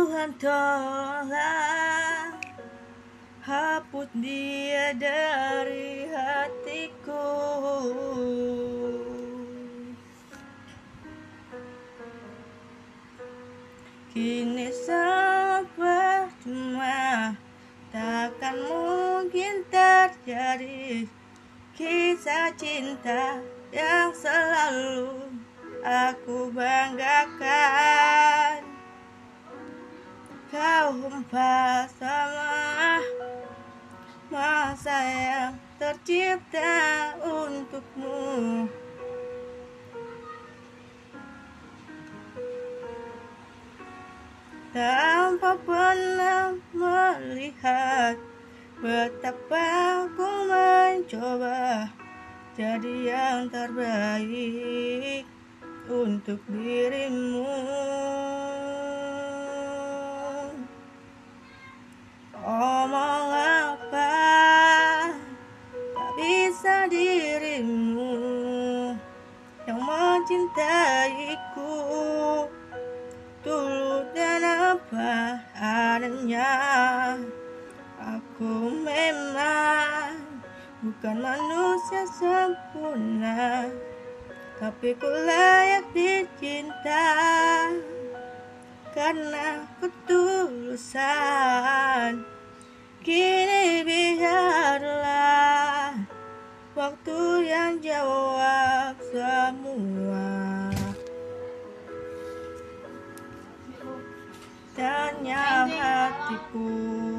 Tuhan tolonglah, hapus dia dari hatiku. Kini semua percuma, takkan mungkin terjadi kisah cinta yang selalu aku banggakan. Kau hempas sama masa yang tercipta untukmu. Tanpa pernah melihat betapa aku mencoba jadi yang terbaik untuk dirimu. Omong apa tak bisa dirimu yang mencintaiku tulus dan apa adanya. Aku memang bukan manusia sempurna, tapi ku layak dicinta karena ketulusan. Kini biarlah waktu yang jawab semua. Tanya hatiku.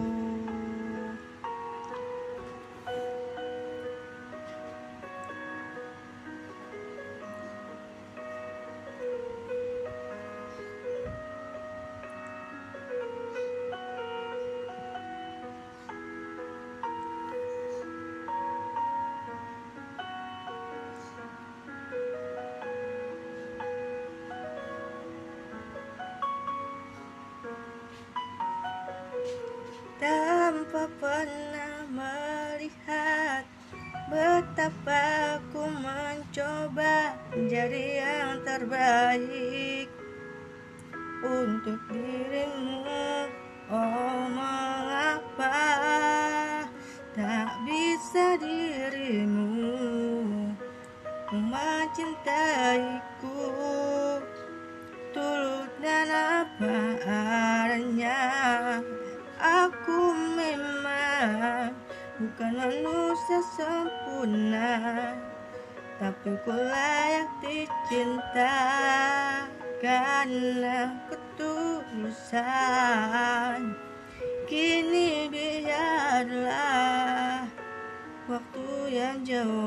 Tanpa pernah melihat betapa aku mencoba jadi yang terbaik untuk dirimu. Oh, mengapa tak bisa dirimu mencintaiku tulus dan apa adanya. Aku memang bukan manusia sempurna, tapi ku layak dicinta karena ketulusan. Kini biarlah waktu yang jauh